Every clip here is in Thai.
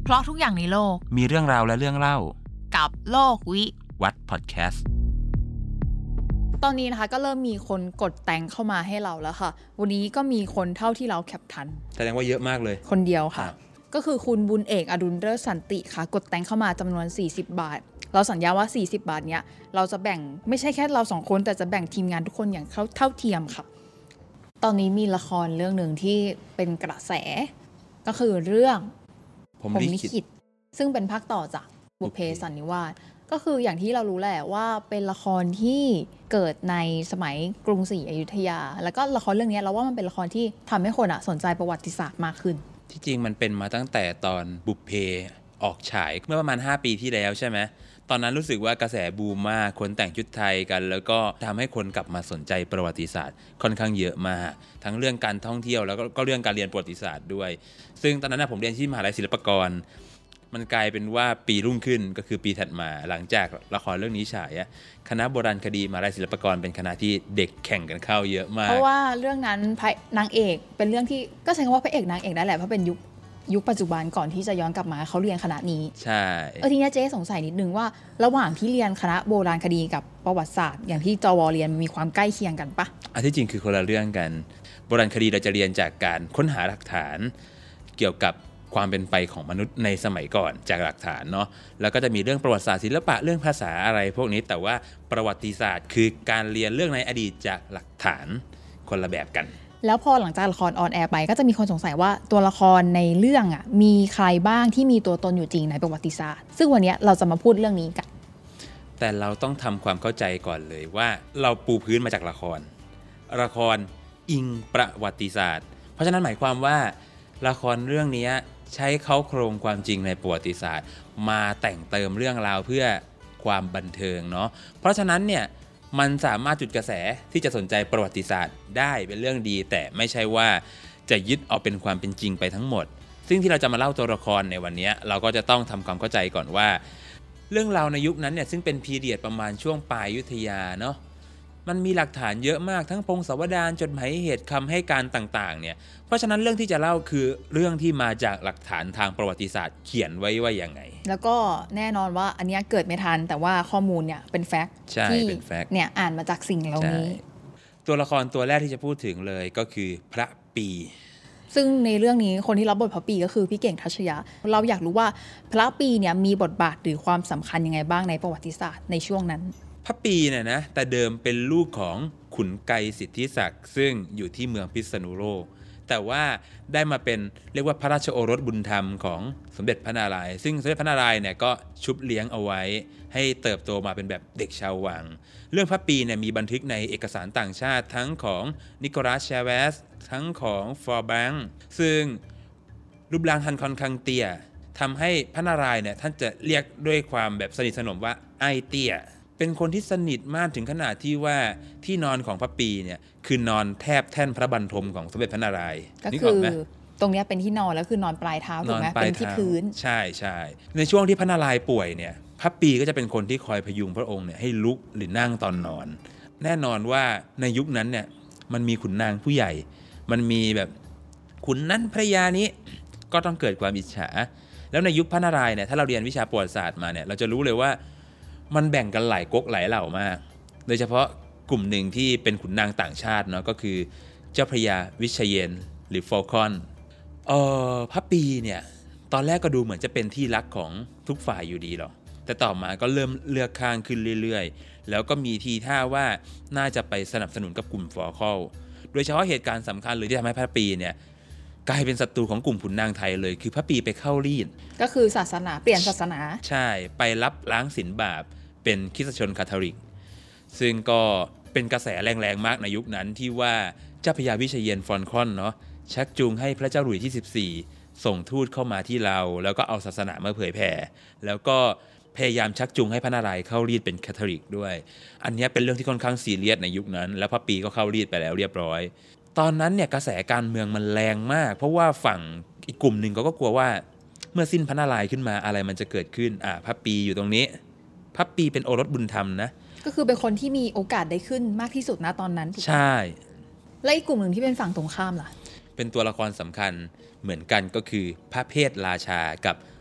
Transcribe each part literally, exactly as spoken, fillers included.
เพราะทุกอย่างในโลกมีเรื่องราวและเรื่องเล่ากับโลกวิวัฒน์พอดแคสต์ตอนนี้นะคะก็เริ่มมีคนกดแต่งเข้ามาให้เราแล้วค่ะวันนี้ก็มีคนเท่าที่เราแคปทันแสดงว่าเยอะมากเลยคนเดียวค่ะก็คือคุณบุญเอกอดุลเลิศสันติค่ะกดแต่งเข้ามาจำนวนสี่สิบบาทเราสัญญาว่าสี่สิบบาทเนี้ยเราจะแบ่งไม่ใช่แค่เราสองคนแต่จะแบ่งทีมงานทุกคนอย่างเท่าเทียมค่ะตอนนี้มีละครเรื่องนึงที่เป็นกระแสก็คือเรื่องผมลิขิตซึ่งเป็นภาคต่อจากบุพเพสันนิวาสก็คืออย่างที่เรารู้แหละว่าเป็นละครที่เกิดในสมัยกรุงศรีอยุธยาแล้วก็ละครเรื่องนี้เราว่ามันเป็นละครที่ทำให้คนอ่ะสนใจประวัติศาสตร์มากขึ้นที่จริงมันเป็นมาตั้งแต่ตอนบุพเพออกฉายเมื่อประมาณห้าปีที่แล้วใช่ไหมตอนนั้นรู้สึกว่ากระแสบูมมากคนแต่งชุดไทยกันแล้วก็ทำให้คนกลับมาสนใจประวัติศาสตร์ค่อนข้างเยอะมากทั้งเรื่องการท่องเที่ยวแล้วก็เรื่องการเรียนประวัติศาสตร์ด้วยซึ่งตอนนั้นผมเรียนที่มหาวิทยาลัยศิลปากรมันกลายเป็นว่าปีรุ่งขึ้นก็คือปีถัดมาหลังจากละครเรื่องนี้ฉายคณะโบราณคดีมหาวิทยาลัยศิลปากรเป็นคณะที่เด็กแข่งกันเข้าเยอะมากเพราะว่าเรื่องนั้นนางเอกเป็นเรื่องที่ก็ใช้คำว่าพระเอกนางเอกได้แหละเพราะเป็นยุคยุคปัจจุบันก่อนที่จะย้อนกลับมาเขาเรียนคณะนี้ใช่เออทีนี้เจ๊สงสัยนิดนึงว่าระหว่างที่เรียนคณะโบราณคดีกับประวัติศาสตร์อย่างที่จวเรียนมีความใกล้เคียงกันปะอันที่จริงคือคนละเรื่องกันโบราณคดีเราจะเรียนจากการค้นหาหลักฐานเกี่ยวกับความเป็นไปของมนุษย์ในสมัยก่อนจากหลักฐานเนาะแล้วก็จะมีเรื่องประวัติศาสตร์ศิลปะเรื่องภาษาอะไรพวกนี้แต่ว่าประวัติศาสตร์คือการเรียนเรื่องในอดีตจากหลักฐานคนละแบบกันแล้วพอหลังจากละครออนแอร์ไปก็จะมีคนสงสัยว่าตัวละครในเรื่องอ่ะมีใครบ้างที่มีตัวตนอยู่จริงในประวัติศาสตร์ซึ่งวันนี้เราจะมาพูดเรื่องนี้กันแต่เราต้องทำความเข้าใจก่อนเลยว่าเราปูพื้นมาจากละครละครอิงประวัติศาสตร์เพราะฉะนั้นหมายความว่าละครเรื่องนี้ใช้เค้าโครงความจริงในประวัติศาสตร์มาแต่งเติมเรื่องราวเพื่อความบันเทิงเนาะเพราะฉะนั้นเนี่ยมันสามารถจุดกระแสที่จะสนใจประวัติศาสตร์ได้เป็นเรื่องดีแต่ไม่ใช่ว่าจะยึดเอาเป็นความเป็นจริงไปทั้งหมดซึ่งที่เราจะมาเล่าตัวละครในวันนี้เราก็จะต้องทำความเข้าใจก่อนว่าเรื่องราวในยุคนั้นเนี่ยซึ่งเป็นพีเรียดประมาณช่วงปลายอยุธยาเนาะมันมีหลักฐานเยอะมากทั้งพงศาวดารจดหมายเหตุคำให้การต่างๆเนี่ยเพราะฉะนั้นเรื่องที่จะเล่าคือเรื่องที่มาจากหลักฐานทางประวัติศาสตร์เขียนไว้ว่าอย่างไงแล้วก็แน่นอนว่าอันนี้เกิดไม่ทันแต่ว่าข้อมูลเนี่ยเป็นแฟกต์ที่เนี่ยอ่านมาจากสิ่งเหล่านี้ตัวละครตัวแรกที่จะพูดถึงเลยก็คือพระปีซึ่งในเรื่องนี้คนที่รับบทพระปีก็คือพี่เก่งทัชยะเราอยากรู้ว่าพระปีเนี่ยมีบทบาทหรือความสำคัญยังไงบ้างในประวัติศาสตร์ในช่วงนั้นพระปีเนี่ยนะแต่เดิมเป็นลูกของขุนไกรสิทธิศักดิ์ซึ่งอยู่ที่เมืองพิษณุโลกแต่ว่าได้มาเป็นเรียกว่าพระราชโอรสบุญธรรมของสมเด็จพระนารายณ์ซึ่งสมเด็จพระนารายณ์เนี่ยก็ชุบเลี้ยงเอาไว้ให้เติบโตมาเป็นแบบเด็กชาววังเรื่องพระปีเนี่ยมีบันทึกในเอกสารต่างชาติทั้งของนิโคลัส แชเวสทั้งของฟอร์แบงค์ซึ่งรูปร่างท่านค่อนข้างเตี้ยทำให้พระนารายณ์เนี่ยท่านจะเรียกด้วยความแบบสนิทสนมว่าไอ้เตี้ยเป็นคนที่สนิทมากถึงขนาดที่ว่าที่นอนของพระปีเนี่ยคือนอนแทบแท่นพระบรรทมของสมเด็จพระนารายณ์ก็คือตรงนี้เป็นที่นอนแล้วคือนอนปลายเท้าถูกไหมเป็นที่พื้นใช่ใช่ในช่วงที่พระนารายณ์ป่วยเนี่ยพระปีก็จะเป็นคนที่คอยพยุงพระองค์เนี่ยให้ลุกหรือนั่งตอนนอนแน่นอนว่าในยุคนั้นเนี่ยมันมีขุนนางผู้ใหญ่มันมีแบบขุนนั้นพระยานี้ก็ต้องเกิดความอิจฉาแล้วในยุคพระนารายณ์เนี่ยถ้าเราเรียนวิชาประวัติศาสตร์มาเนี่ยเราจะรู้เลยว่ามันแบ่งกันหลายก๊กหลายเหล่ามากโดยเฉพาะกลุ่มหนึ่งที่เป็นขุนนางต่างชาติเนาะก็คือเจ้าพระยาวิเชยนหรือฟอลคอนเอ่อพระปีเนี่ยตอนแรกก็ดูเหมือนจะเป็นที่รักของทุกฝ่ายอยู่ดีหรอกแต่ต่อมาก็เริ่มเลือกข้างขึ้นเรื่อยๆแล้วก็มีทีท่าว่าน่าจะไปสนับสนุนกับกลุ่มฟอลคอลโดยเฉพาะเหตุการณ์สำคัญเลยที่ทำให้พระปีเนี่ยกลายเป็นศัตรูของกลุ่มขุนนางไทยเลยคือพระปีไปเข้ารีดก็คือศาสนาเปลี่ยนศาสนาใช่ไปรับล้างศีลบาปเป็นคริสตชนคาทอลิกซึ่งก็เป็นกระแสแรงๆมากในยุคนั้นที่ว่าเจ้าพระยาวิเชยนฟอนคอนเนาะชักจูงให้พระเจ้าหลุยส์ที่สิบสี่ส่งทูตเข้ามาที่เราแล้วก็เอาศาสนามาเผยแผ่แล้วก็พยายามชักจูงให้พระนารายณ์เข้ารีดเป็นคาทอลิกด้วยอันนี้เป็นเรื่องที่ค่อนข้างซีเรียสในยุคนั้นแล้วพระปีก็เข้ารีดไปแล้วเรียบร้อยตอนนั้นเนี่ยกระแสการเมืองมันแรงมากเพราะว่าฝั่งอีกกลุ่มหนึ่งก็กลัวว่าเมื่อสิ้นพระนารายณ์ขึ้นมาอะไรมันจะเกิดขึ้นอ่ะพระปีอยู่ตรงนี้พระปีเป็นโอรสบุญธรรมนะก็คือเป็นคนที่มีโอกาสได้ขึ้นมากที่สุดนะตอนนั้นใช่และอีกกลุ่มหนึ่งที่เป็นฝั่งตรงข้ามล่ะเป็นตัวละครสำคัญเหมือนกันก็คือพระเพทราชากับ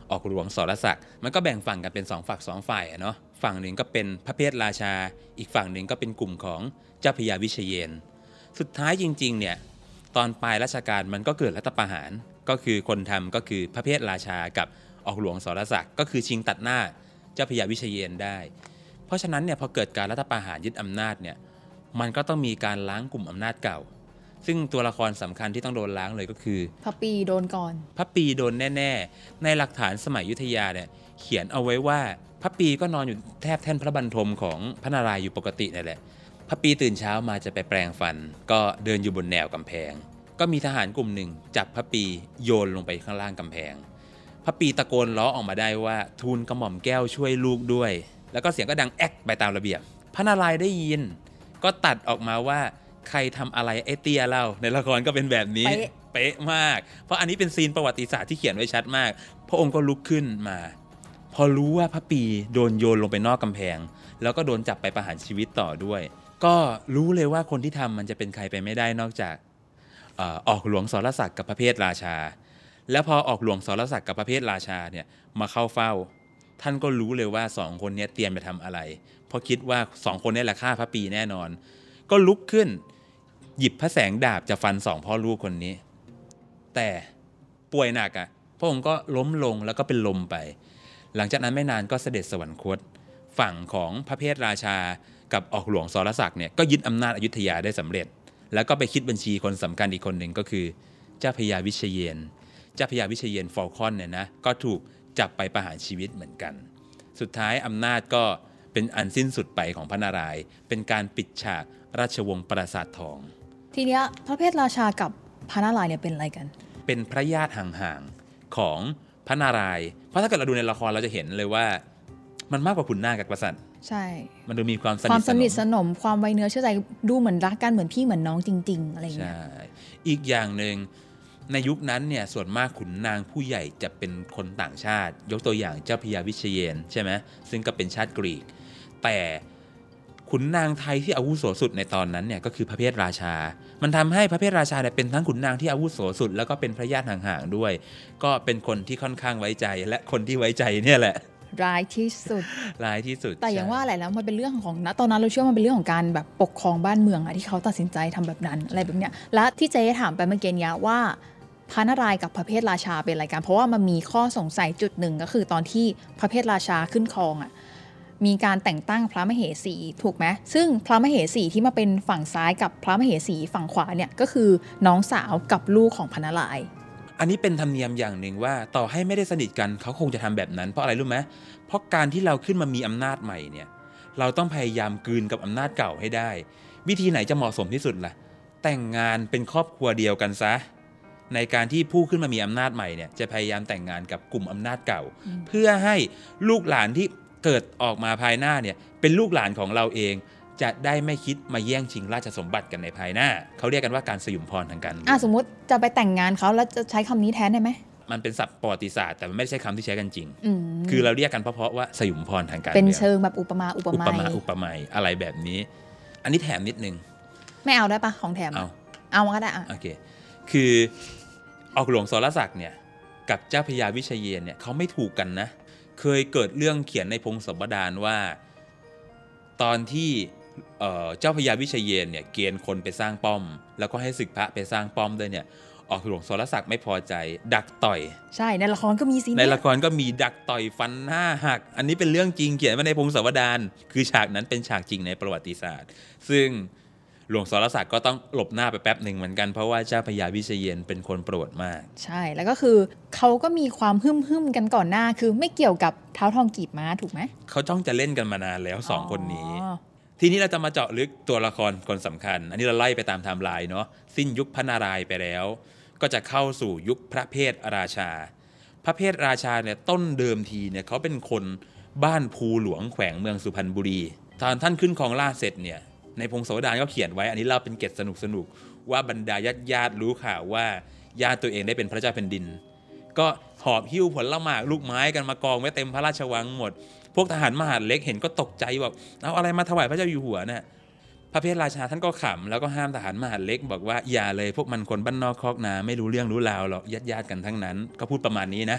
ออกหลวงสรศักดิ์มันก็แบ่งฝั่งกันเป็นสองฝักสองฝ่ายเนาะฝั่งหนึ่งก็เป็นพระเพทราชาอีกฝั่งหนึ่งก็เป็นกลุ่มของเจ้าพญาวิเชยนสุดท้ายจริงๆเนี่ยตอนปลายรัชกาลมันก็เกิดรัฐประหารก็คือคนทำก็คือพระเพทราชากับออกหลวงสรศักดิ์ก็คือชิงตัดหน้าเจ้าพญาวิเชยนได้เพราะฉะนั้นเนี่ยพอเกิดการรัฐประหารยึดอำนาจเนี่ยมันก็ต้องมีการล้างกลุ่มอำนาจเก่าซึ่งตัวละครสำคัญที่ต้องโดนล้างเลยก็คือพระปีโดนก่อนพระปีโดนแน่ๆในหลักฐานสมัยอยุธยาเนี่ยเขียนเอาไว้ว่าพระปีก็นอนอยู่แทบแท่นพระบรรทมของพระนารายณ์อยู่ปกตินั่นแหละพระปีตื่นเช้ามาจะไปแปรงฟันก็เดินอยู่บนแนวกำแพงก็มีทหารกลุ่มหนึ่งจับพระปีโยนลงไปข้างล่างกำแพงพระปีตะโกนล้อออกมาได้ว่าทูลกระหม่อมแก้วช่วยลูกด้วยแล้วก็เสียงก็ดังแอ๊กไปตามระเบียบพระนารายณ์ได้ยินก็ตัดออกมาว่าใครทำอะไรไอ้เตี้ยเล่าในละครก็เป็นแบบนี้เป๊ะมากเพราะอันนี้เป็นซีนประวัติศาสตร์ที่เขียนไว้ชัดมากพระองค์ก็ลุกขึ้นมาพอรู้ว่าพระปีโดนโยนลงไปนอกกำแพงแล้วก็โดนจับไปประหารชีวิตต่อด้วยก็รู้เลยว่าคนที่ทำมันจะเป็นใครไปไม่ได้นอกจากเอ่อออกหลวงสรศักดิ์กับพระเพทราชาแล้วพอออกหลวงสรศักดิ์กับพระเพทราชาเนี่ยมาเข้าเฝ้าท่านก็รู้เลยว่าสองคนนี้เตรียมไปทำอะไรเพราะคิดว่าสองคนนี้แหละฆ่าพระปีแน่นอนก็ลุกขึ้นหยิบพระแสงดาบจะฟันสองพ่อลูกคนนี้แต่ป่วยหนักอ่ะพระองค์ก็ล้มลงแล้วก็เป็นลมไปหลังจากนั้นไม่นานก็เสด็จสวรรคตฝั่งของพระเพทราชากับออกหลวงสรศักดิ์เนี่ยก็ยึดอำนาจอยุธยาได้สำเร็จแล้วก็ไปคิดบัญชีคนสำคัญอีกคนหนึ่งก็คือเจ้าพญาวิเชยนเจ้าพญาวิเชยนฟอลคอนเนี่ยนะก็ถูกจับไปประหารชีวิตเหมือนกันสุดท้ายอำนาจก็เป็นอันสิ้นสุดไปของพระนารายณ์เป็นการปิดฉากราชวงศ์ปราสาททองทีเนี้ยพระเพทราชากับพระนารายณ์เนี่ยเป็นอะไรกันเป็นพระญาติห่างๆของพระนารายณ์เพราะถ้าเกิดเราดูในละครเราจะเห็นเลยว่ามันมากกว่าขุนนางกับกษัตริย์ใช่มันดูมีความสนิทความสนิทสนมความไว้เนื้อเชื่อใจดูเหมือนรักกันเหมือนพี่เหมือนน้องจริงๆอะไรอย่างเงี้ยใช่อีกอย่างนึงในยุคนั้นเนี่ยส่วนมากขุนนางผู้ใหญ่จะเป็นคนต่างชาติยกตัวอย่างเจ้าพญาวิเชยนใช่ไหมซึ่งก็เป็นชาติกรีกแต่ขุนนางไทยที่อาวุโสสุดในตอนนั้นเนี่ยก็คือพระเพทราชามันทำให้พระเพทราชาเนี่ยเป็นทั้งขุนนางที่อาวุโสสุดแล้วก็เป็นพระญาติห่างๆด้วยก็เป็นคนที่ค่อนข้างไว้ใจและคนที่ไว้ใจเนี่ยแหละร้ายที่สุดร้ายที่สุดแต่อย่างว่าอะไรแล้วมันเป็นเรื่องของณตอนนั้นเราเชื่อมันเป็นเรื่องของการแบบปกครองบ้านเมืองอะที่เขาตัดสินใจทำแบบนั้นอะไรแบบเนี้ยและที่เจ๊ถามไปเมื่อกี้เนี้ยว่าพระนารายณ์กับพระเพทราชาเป็นอะไรกันเพราะว่ามันมีข้อสงสัยจุดหนึ่งก็คือตอนที่พระเพทราชาขึ้นครองอะมีการแต่งตั้งพระมเหสีถูกไหมซึ่งพระมเหสีที่มาเป็นฝั่งซ้ายกับพระมเหสีฝั่งขวาเนี่ยก็คือน้องสาวกับลูกของพระนารายณ์อันนี้เป็นธรรมเนียมอย่างหนึ่งว่าต่อให้ไม่ได้สนิทกันเขาคงจะทำแบบนั้นเพราะอะไรรู้ไหมเพราะการที่เราขึ้นมามีอำนาจใหม่เนี่ยเราต้องพยายามกลืนกับอำนาจเก่าให้ได้วิธีไหนจะเหมาะสมที่สุดล่ะแต่งงานเป็นครอบครัวเดียวกันซะในการที่ผู้ขึ้นมามีอำนาจใหม่เนี่ยจะพยายามแต่งงานกับกลุ่มอำนาจเก่าเพื่อให้ลูกหลานที่เกิดออกมาภายหน้าเนี่ยเป็นลูกหลานของเราเองจะได้ไม่คิดมาแย่งชิงราชสมบัติกันในภายหน้าเขาเรียกกันว่าการสยุมพรทางการเมืองอ่ะสมมติจะไปแต่งงานเขาแล้วจะใช้คำนี้แทนได้ไหมมันเป็นศัพท์ประวัติศาสตร์แต่มันไม่ใช่คำที่ใช้กันจริงคือเราเรียกกันเพราะว่าสยุมพรทางการเมืองเป็นเชิงแบบอุปมาอุปไมยอุปมาอุปไมยอะไรแบบนี้อันนี้แถมนิดนึงไม่เอาได้ปะของแถมเอาเอาก็ได้อ่ะโอเคคือออกหลวงสรศักดิ์เนี่ยกับเจ้าพญาวิเชยนเนี่ยเขาไม่ถูกกันนะเคยเกิดเรื่องเขียนในพงศาวดารว่าตอนที่เอ่อเจ้าพญาวิเชยนเนี่ยเกณฑ์คนไปสร้างป้อมแล้วก็ให้ศึกพระไปสร้างป้อมด้วยเนี่ยออกหลวงสรศักดิ์ไม่พอใจดักต่อยใช่ในละครก็มีซีนในละครก็มีดักต่อยฟันหน้าหักอันนี้เป็นเรื่องจริงเขียนไว้ในพงศาวดารคือฉากนั้นเป็นฉากจริงในประวัติศาสตร์ซึ่งหลวงสรศักดิ์ก็ต้องหลบหน้าไปแป๊บหนึ่งเหมือนกันเพราะว่าเจ้าพญาวิเชยนเป็นคนโปรดมากใช่แล้วก็คือเขาก็มีความหึ่มหึ่มกันก่อนหน้าคือไม่เกี่ยวกับเท้าทองกีบม้าถูกไหมเขาจ้องจะเล่นกันมานานแล้วสองคนนี้ทีนี้เราจะมาเจาะลึกตัวละครคนสำคัญอันนี้เราไล่ไปตามไทม์ไลน์เนาะสิ้นยุคพระนารายณ์ไปแล้วก็จะเข้าสู่ยุคพระเพทราชาพระเพทราชาเนี่ยต้นเดิมทีเนี่ยเขาเป็นคนบ้านภูหลวงแขวงเมืองสุพรรณบุรีตอนท่านขึ้นครองราชย์เสร็จเนี่ยในพงศาวดารก็เขียนไว้อันนี้เราเป็นเกร็ดสนุกๆว่าบรรดาญาติญาติรู้ข่าวว่าญาติตัวเองได้เป็นพระเจ้าแผ่นดินก็หอบหิ้วผลละหมากลูกไม้กันมากองไว้เต็มพระราชวังหมดพวกทหารมหาดเล็กเห็นก็ตกใจแบบเอาอะไรมาถวายพระเจ้าอยู่หัวเนี่ยพระเพทราชาท่านก็ขำแล้วก็ห้ามทหารมหาดเล็กบอกว่าอย่าเลยพวกมันคนบ้านนอกคอกนาไม่รู้เรื่องรู้ราวหรอกญาติญาติกันทั้งนั้นก็พูดประมาณนี้นะ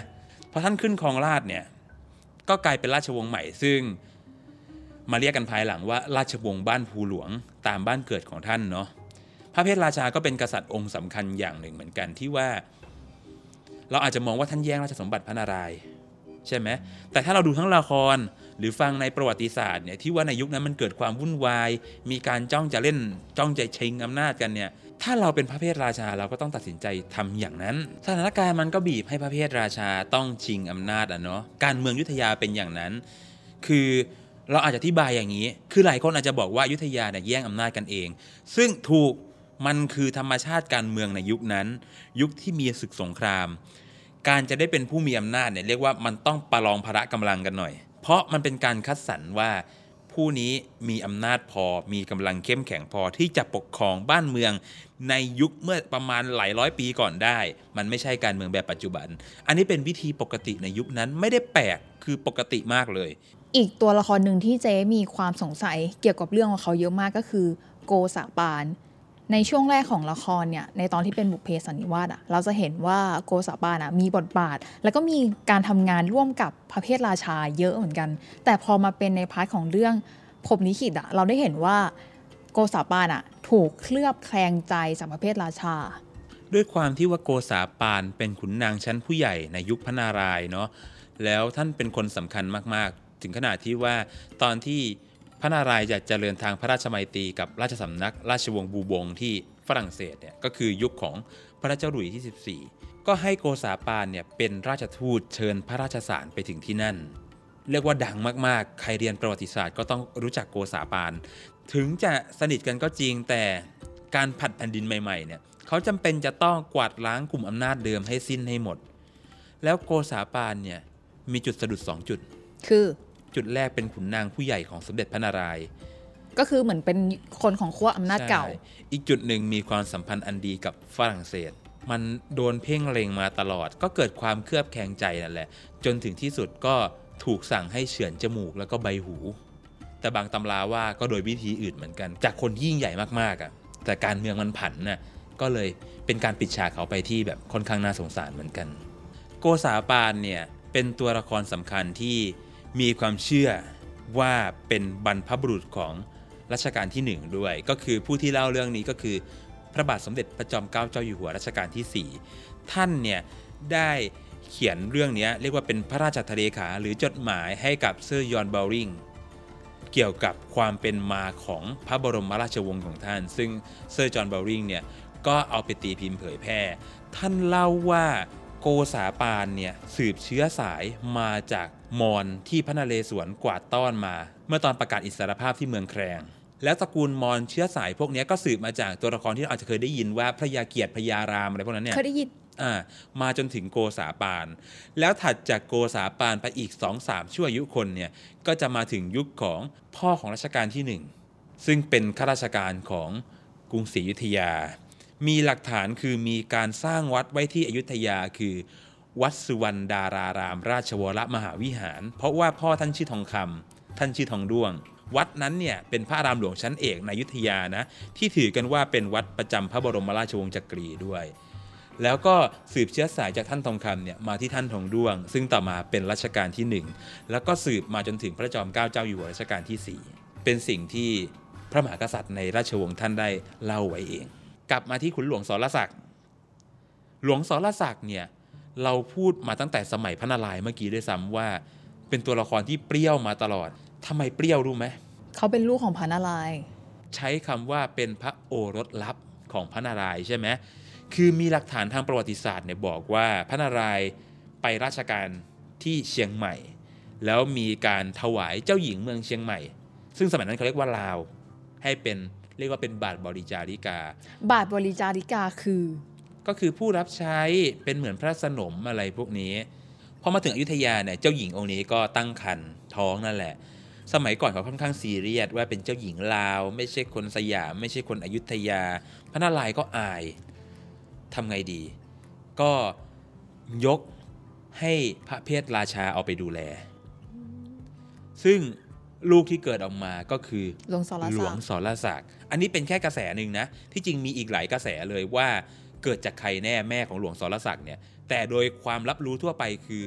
พอท่านขึ้นครองราชย์เนี่ยก็กลายเป็นราชวงศ์ใหม่ซึ่งมาเรียกกันภายหลังว่าราชวงศ์บ้านภูหลวงตามบ้านเกิดของท่านเนาะพระเพทราชาก็เป็นกษัตริย์องค์สำคัญอย่างหนึ่งเหมือนกันที่ว่าเราอาจจะมองว่าท่านแย่งราชสมบัติพระนารายณ์ใช่ไหมแต่ถ้าเราดูทั้งละครหรือฟังในประวัติศาสตร์เนี่ยที่ว่าในยุคนั้นมันเกิดความวุ่นวายมีการจ้องจะเล่นจ้องจะชิงอำนาจกันเนี่ยถ้าเราเป็นพระเพทราชาเราก็ต้องตัดสินใจทำอย่างนั้นสถานการณ์มันก็บีบให้พระเพทราชาต้องชิงอำนาจอ่ะเนาะการเมืองอยุธยาเป็นอย่างนั้นคือเราอาจจะอธิบายอย่างนี้คือหลายคนอาจจะบอกว่าอยุธยาเนี่ยแย่งอำนาจกันเองซึ่งถูกมันคือธรรมชาติการเมืองในยุคนั้นยุคที่มีศึกสงครามการจะได้เป็นผู้มีอำนาจเนี่ยเรียกว่ามันต้องประลองพละกำลังกันหน่อยเพราะมันเป็นการคัดสรรว่าผู้นี้มีอำนาจพอมีกำลังเข้มแข็งพอที่จะปกครองบ้านเมืองในยุคเมื่อประมาณหลายร้อยปีก่อนได้มันไม่ใช่การเมืองแบบปัจจุบันอันนี้เป็นวิธีปกติในยุคนั้นไม่ได้แปลกคือปกติมากเลยอีกตัวละครหนึ่งที่เจ๊มีความสงสัยเกี่ยวกับเรื่องของเขาเยอะมากก็คือโกษาปานในช่วงแรกของละครเนี่ยในตอนที่เป็นบุพเพสันนิวาสอ่ะเราจะเห็นว่าโกษาปานอ่ะมีบทบาทแล้วก็มีการทำงานร่วมกับพระเพทราชาเยอะเหมือนกันแต่พอมาเป็นในพาร์ทของเรื่องพรหมลิขิตอ่ะเราได้เห็นว่าโกษาปานอ่ะถูกเคลือบแคลงใจจากพระเพทราชาด้วยความที่ว่าโกษาปานเป็นขุนนางชั้นผู้ใหญ่ในยุคพระนารายณ์เนาะแล้วท่านเป็นคนสำคัญมากๆถึงขนาดที่ว่าตอนที่พระนารายณ์จะเจริญทางพระราชมัยตรีกับราชสำนักราชวงศ์บูบงที่ฝรั่งเศสเนี่ยก็คือยุคของพระเจ้าหลุยส์ที่สิบสี่ก็ให้โกษาปานเนี่ยเป็นราชทูตเชิญพระราชสารไปถึงที่นั่นเรียกว่าดังมากๆใครเรียนประวัติศาสตร์ก็ต้องรู้จักโกษาปานถึงจะสนิทกันก็จริงแต่การผัดแผ่นดินใหม่ๆเนี่ยเขาจำเป็นจะต้องกวาดล้างกลุ่มอำนาจเดิมให้สิ้นให้หมดแล้วโกษาปานเนี่ยมีจุดสะดุดสองจุดคือจุดแรกเป็นขุนนางผู้ใหญ่ของสมเด็จพระนารายณ์ก็คือเหมือนเป็นคนของขั้วอำนาจเก่าอีกจุดหนึ่งมีความสัมพันธ์อันดีกับฝรั่งเศสมันโดนเพ่งเล็งมาตลอดก็เกิดความเคลือบแคลงใจนั่นแหละจนถึงที่สุดก็ถูกสั่งให้เฉือนจมูกแล้วก็ใบหูแต่บางตำราว่าก็โดยวิธีอื่นเหมือนกันจากคนยิ่งใหญ่มากๆอ่ะแต่การเมืองมันผันน่ะก็เลยเป็นการปิดฉากเขาไปที่แบบค่อนข้างน่าสงสารเหมือนกันโกษาปานเนี่ยเป็นตัวละครสำคัญที่มีความเชื่อว่าเป็นบรรพบุรุษของรัชกาลที่หนึ่งด้วยก็คือผู้ที่เล่าเรื่องนี้ก็คือพระบาทสมเด็จพระจอมเกล้าเจ้าอยู่หัวรัชกาลที่สี่ท่านเนี่ยได้เขียนเรื่องนี้เรียกว่าเป็นพระราชทเลขาหรือจดหมายให้กับเซอร์ยอนเบลลิงเกี่ยวกับความเป็นมาของพระบรมราชวงศ์ของท่านซึ่งเซอร์จอห์นเบลลิงเนี่ยก็เอาไปตีพิมพ์เผยแพร่ท่านเล่าว่าโกษาปานเนี่ยสืบเชื้อสายมาจากมอญที่พระนเรศวรกวาดต้อนมาเมื่อตอนประกาศอิสรภาพที่เมืองแครงแล้วตระกูลมอญเชื้อสายพวกนี้ก็สืบมาจากตัวละครที่เราอาจจะเคยได้ยินว่าพระยาเกียรติพญารามอะไรพวกนั้นเนี่ยเคยได้ยินอ่ามาจนถึงโกษาปานแล้วถัดจากโกษาปานไปอีก สองถึงสาม ชั่วอายุคนเนี่ยก็จะมาถึงยุคของพ่อของรัชกาลที่หนึ่งซึ่งเป็นข้าราชการของกรุงศรีอยุธยามีหลักฐานคือมีการสร้างวัดไว้ที่อยุธยาคือวัดสุวรรณดารารามราชวรมหาวิหารเพราะว่าพ่อท่านชื่อทองคำท่านชื่อทองด้วงวัดนั้นเนี่ยเป็นพระอารามหลวงชั้นเอกในอยุธยานะที่ถือกันว่าเป็นวัดประจำพระบรมราชวงศ์จักรีด้วยแล้วก็สืบเชื้อสายจากท่านทองคำเนี่ยมาที่ท่านทองด้วงซึ่งต่อมาเป็นรัชกาลที่หนึ่งแล้วก็สืบมาจนถึงพระจอมเกล้าเจ้าอยู่หัวรัชกาลที่สี่เป็นสิ่งที่พระมหากษัตริย์ในราชวงศ์ท่านได้เล่าไว้เองกลับมาที่ขุนหลวงสรศักดิ์หลวงสรศักดิ์เนี่ยเราพูดมาตั้งแต่สมัยพระนารายณ์เมื่อกี้ด้วยซ้ำว่าเป็นตัวละครที่เปรี้ยวมาตลอดทำไมเปรี้ยวรู้ไหมเขาเป็นลูกของพระนารายณ์ใช้คำว่าเป็นพระโอรสลับของพระนารายณ์ใช่ไหมคือมีหลักฐานทางประวัติศาสตร์เนี่ยบอกว่าพระนารายณ์ไปราชการที่เชียงใหม่แล้วมีการถวายเจ้าหญิงเมืองเชียงใหม่ซึ่งสมัยนั้นเขาเรียกว่าลาวให้เป็นเรียกว่าเป็นบาทบริจาริกาบาทบริจาริกาคือก็คือผู้รับใช้เป็นเหมือนพระสนมอะไรพวกนี้พอมาถึงอยุธยาเนี่ยเจ้าหญิงองค์นี้ก็ตั้งครรภ์ท้องนั่นแหละสมัยก่อนเขาค่อนข้างซีเรียสว่าเป็นเจ้าหญิงลาวไม่ใช่คนสยามไม่ใช่คนอยุธยาพระนารายณ์ก็อายทำไงดีก็ยกให้พระเพทราชาเอาไปดูแลซึ่งลูกที่เกิดออกมาก็คือหลวงสรศักดิ์หลวงสรศักดิ์อันนี้เป็นแค่กระแสหนึ่งนะที่จริงมีอีกหลายกระแสเลยว่าเกิดจากใครแน่แม่ของหลวงสรศักดิ์เนี่ยแต่โดยความรับรู้ทั่วไปคือ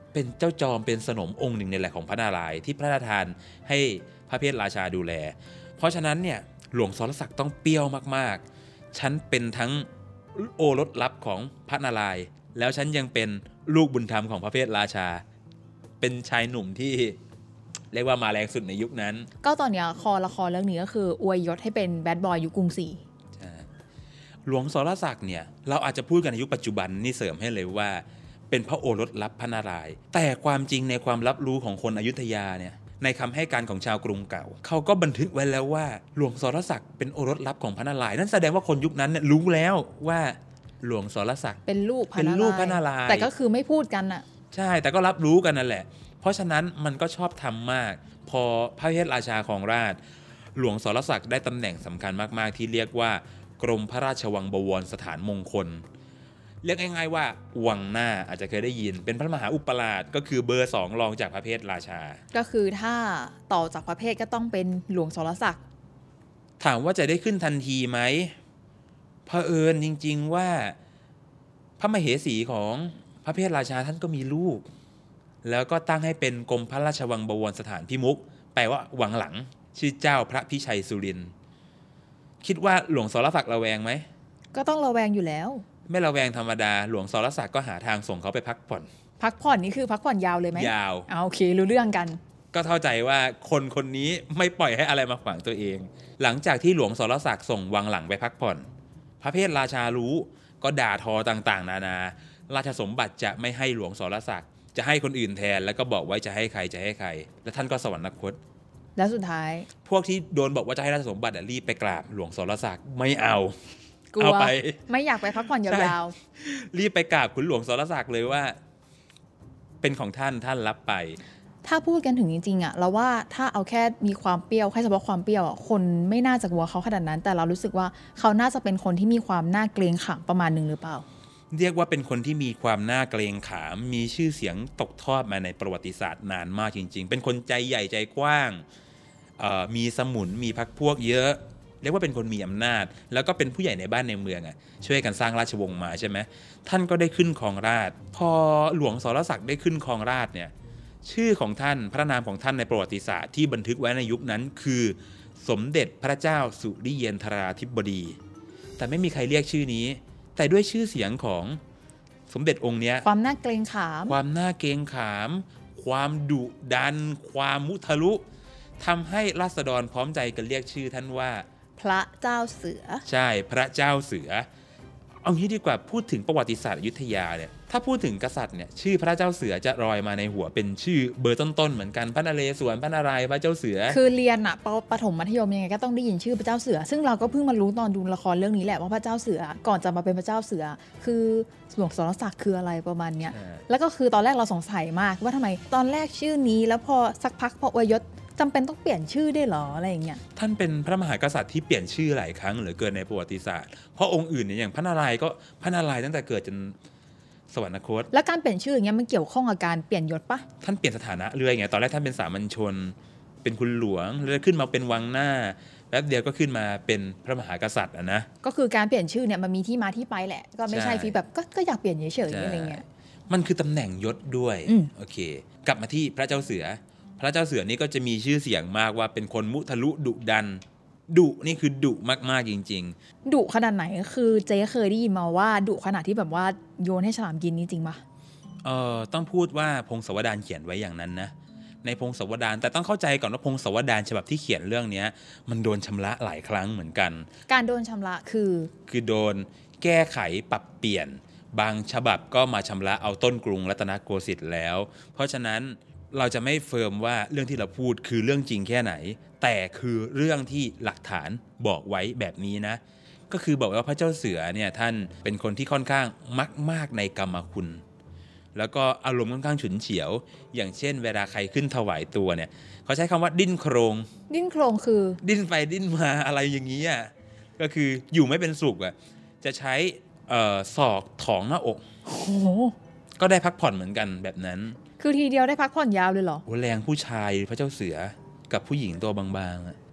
เป็นเจ้าจอมเป็นสนมองค์หนึ่งในแหละของพระนารายณ์ที่พระราชทานให้พระเพทราชาดูแลเพราะฉะนั้นเนี่ยหลวงสรศักดิ์ต้องเปรี้ยวมากๆฉันเป็นทั้งโอรสลับของพระนารายณ์แล้วฉันยังเป็นลูกบุญธรรมของพระเพทราชาเป็นชายหนุ่มที่เรียกว่ามาแรงสุดในยุคนั้นก็ตอนนี้คอละครเรื่องนี้ก็คืออวยยศให้เป็นแบดบอยยุคกรุงศรีหลวงสรศักดิ์เนี่ยเราอาจจะพูดกันในยุคปัจจุบันนี่เสริมให้เลยว่าเป็นพระโอรสลับพระนารายณ์แต่ความจริงในความรับรู้ของคนอยุธยาเนี่ยในคำให้การของชาวกรุงเก่าเขาก็บันทึกไว้แล้วว่าหลวงสรศักดิ์เป็นโอรสลับของพระนารายณ์นั่นแสดงว่าคนยุคนั้นเนี่ยรู้แล้วว่าหลวงสรศักดิ์เป็นลูกเป็นลูกพระนารายณ์แต่ก็คือไม่พูดกันอะใช่แต่ก็รับรู้กันนั่นแหละเพราะฉะนั้นมันก็ชอบทำมากพอพระเพทราชาของราชหลวงสรศักดิ์ได้ตำแหน่งสำคัญมากๆที่เรียกว่ากรมพระราชวังบวรสถานมงคลเรียกง่ายๆว่าวังหน้าอาจจะเคยได้ยินเป็นพระมหาอุปราชก็คือเบอร์สองรองจากพระเพทราชาก็คือถ้าต่อจากพระเพทก็ต้องเป็นหลวงสรศักดิ์ถามว่าจะได้ขึ้นทันทีไหมเผอิญจริงๆว่าพระมเหสีของพระเพทราชาท่านก็มีลูกแล้วก็ตั้งให้เป็นกรมพระราชวังบวรสถานพิมุขแปลว่าวังหลังชื่อเจ้าพระพิชัยสุรินทร์คิดว่าหลวงสรศักดิ์ระแวงไหมก็ต้องระแวงอยู่แล้วไม่ระแวงธรรมดาหลวงสรศักดิ์ก็หาทางส่งเขาไปพักผ่อนพักผ่อนนี่คือพักผ่อนยาวเลยไหมยาวเอาโอเครู้เรื่องกันก็เข้าใจว่าคนคนนี้ไม่ปล่อยให้อะไรมาขวางตัวเองหลังจากที่หลวงสรศักดิ์ส่งวังหลังไปพักผ่อนพระเพทราชารู้ก็ด่าทอต่างๆนานาราชสมบัติจะไม่ให้หลวงสรศักดิ์จะให้คนอื่นแทนแล้วก็บอกไว้จะให้ใครจะให้ใครแล้วท่านก็สวรรคตแล้วสุดท้ายพวกที่โดนบอกว่าจะให้ราชสมบัติรีบไปกราบหลวงสรศักดิ์ไม่เอาเอาไปไม่อยากไปพักผ่อนยาวๆรีบไปกราบคุณหลวงสรศักดิ์เลยว่าเป็นของท่านท่านรับไปถ้าพูดกันถึงจริงๆอ่ะเราว่าถ้าเอาแค่มีความเปรี้ยวแค่เฉพาะความเปรี้ยวอ่ะคนไม่น่าจะกลัวเขาขนาดนั้นแต่เรารู้สึกว่าเขาน่าจะเป็นคนที่มีความน่าเกรงขามประมาณนึงหรือเปล่าเรียกว่าเป็นคนที่มีความน่าเกรงขามมีชื่อเสียงตกทอดมาในประวัติศาสตร์นานมากจริงๆเป็นคนใจใหญ่ใจกว้างมีสมุนมีพรรคพวกเยอะเรียกว่าเป็นคนมีอำนาจแล้วก็เป็นผู้ใหญ่ในบ้านในเมืองอ่ะช่วยกันสร้างราชวงศ์มาใช่ไหมท่านก็ได้ขึ้นครองราชย์พอหลวงสรศักดิ์ได้ขึ้นครองราชย์เนี่ยชื่อของท่านพระนามของท่านในประวัติศาสตร์ที่บันทึกไว้ในยุคนั้นคือสมเด็จพระเจ้าสุริเยนทราธิบดีแต่ไม่มีใครเรียกชื่อนี้แต่ด้วยชื่อเสียงของสมเด็จองค์เนี้ยความน่าเกรงขามความน่าเกรงขามความดุดันความมุทะลุทำให้ราษฎรพร้อมใจกันเรียกชื่อท่านว่าพระเจ้าเสือใช่พระเจ้าเสือเอางี้ดีกว่าพูดถึงประวัติศาสตร์อยุธยาเนี่ยถ้าพูดถึงกษัตริย์เนี่ยชื่อพระเจ้าเสือจะลอยมาในหัวเป็นชื่อเบอร์ต้นๆเหมือนกันพระนเรศวรพระนารายณ์พระเจ้าเสือคือเรียนอะประถมมัธยมยังไงก็ต้องได้ยินชื่อพระเจ้าเสือซึ่งเราก็เพิ่งมารู้ตอนดูละครเรื่องนี้แหละว่าพระเจ้าเสือก่อนจะมาเป็นพระเจ้าเสือคือหลวงสรศักดิ์คืออะไรประมาณเนี้ยแล้วก็คือตอนแรกเราสงสัยมากว่าทำไมตอนแรกชื่อนี้แล้วพอสักพักพออวยยศจำเป็นต้องเปลี่ยนชื่อได้หรออะไรอย่างเงี้ยท่านเป็นพระมหากษัตริย์ที่เปลี่ยนชื่อหลายครั้งเหลือเกินในประวัติศาสตร์เพราะองค์อื่นเนี่ยอย่างพระนารายณ์ก็พระนารายณ์ตั้งแต่เกิดจนสวรรคตแล้วการเปลี่ยนชื่ออย่างเงี้ยมันเกี่ยวข้องกับการเปลี่ยนยศปะท่านเปลี่ยนสถานะเรื่อยไงตอนแรกท่านเป็นสามัญชนเป็นคุณหลวงแล้วขึ้นมาเป็นวังหน้าแป๊บเดียวก็ขึ้นมาเป็นพระมหากษัตริย์อ่ะนะก็คือการเปลี่ยนชื่อเนี่ยมันมีที่มาที่ไปแหละก็ไม่ใช่ฟีแบบก็ก็อยากเปลี่ยนเฉยๆอะไรเงี้ยมันคือตำแหน่งยศด้วยโอเคกลับมาที่พระเจ้าเสือพระเจ้าเสือนี่ก็จะมีชื่อเสียงมากว่าเป็นคนมุทะลุดุดันดุนี่คือดุมากๆจริงๆดุขนาดไหนคือเจ๊เคยได้ยินมาว่าดุขนาดที่แบบว่าโยนให้ฉลามกินนี่จริงปะเอ่อต้องพูดว่าพงศาวดารเขียนไว้อย่างนั้นนะในพงศาวดารแต่ต้องเข้าใจก่อนว่าพงศาวดารฉบับที่เขียนเรื่องนี้มันโดนชำระหลายครั้งเหมือนกันการโดนชำระคือคือโดนแก้ไขปรับเปลี่ยนบางฉบับก็มาชำระเอาต้นกรุงรัตนโกสินทร์แล้วเพราะฉะนั้นเราจะไม่เฟิร์มว่าเรื่องที่เราพูดคือเรื่องจริงแค่ไหนแต่คือเรื่องที่หลักฐานบอกไว้แบบนี้นะก็คือบอกว่าพระเจ้าเสือเนี่ยท่านเป็นคนที่ค่อนข้างมักมากในกรรมคุณแล้วก็อารมณ์ค่อนข้างฉุนเฉียวอย่างเช่นเวลาใครขึ้นถวายตัวเนี่ยเขาใช้คำว่าดิ้นโครงดิ้นโครงคือดิ้นไปดิ้นมาอะไรอย่างนี้อ่ะก็คืออยู่ไม่เป็นสุขอ่ะจะใช้เอ่อศอกถองหน้าอกโอ้ก็ได้พักผ่อนเหมือนกันแบบนั้นคือทีเดียวได้พักผ่อนยาวเลยเหรอโอ้แรงผู้ชายพระเจ้าเสือกับผู้หญิงตัวบางๆ